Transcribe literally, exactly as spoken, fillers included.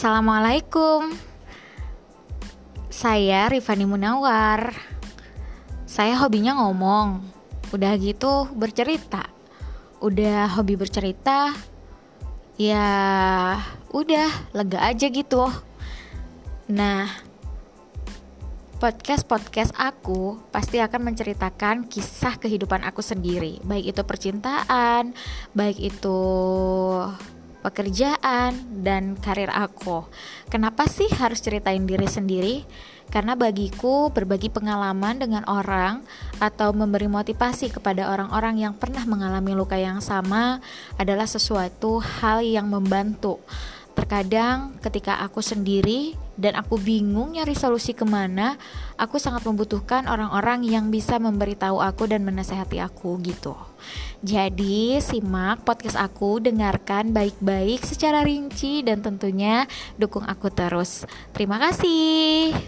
Assalamualaikum. Saya Rifani Munawar. Saya hobinya ngomong. Udah gitu bercerita. Udah hobi bercerita, ya udah lega aja gitu. Nah, podcast-podcast aku pasti akan menceritakan kisah kehidupan aku sendiri, baik itu percintaan, baik itu pekerjaan, dan karir aku. Kenapa sih harus ceritain diri sendiri? Karena bagiku berbagi pengalaman dengan orang atau memberi motivasi kepada orang-orang yang pernah mengalami luka yang sama adalah sesuatu hal yang membantu. Terkadang ketika aku sendiri dan aku bingung nyari solusi kemana, aku sangat membutuhkan orang-orang yang bisa memberitahu aku dan menasehati aku gitu. Jadi simak podcast aku, dengarkan baik-baik secara rinci dan tentunya dukung aku terus. Terima kasih.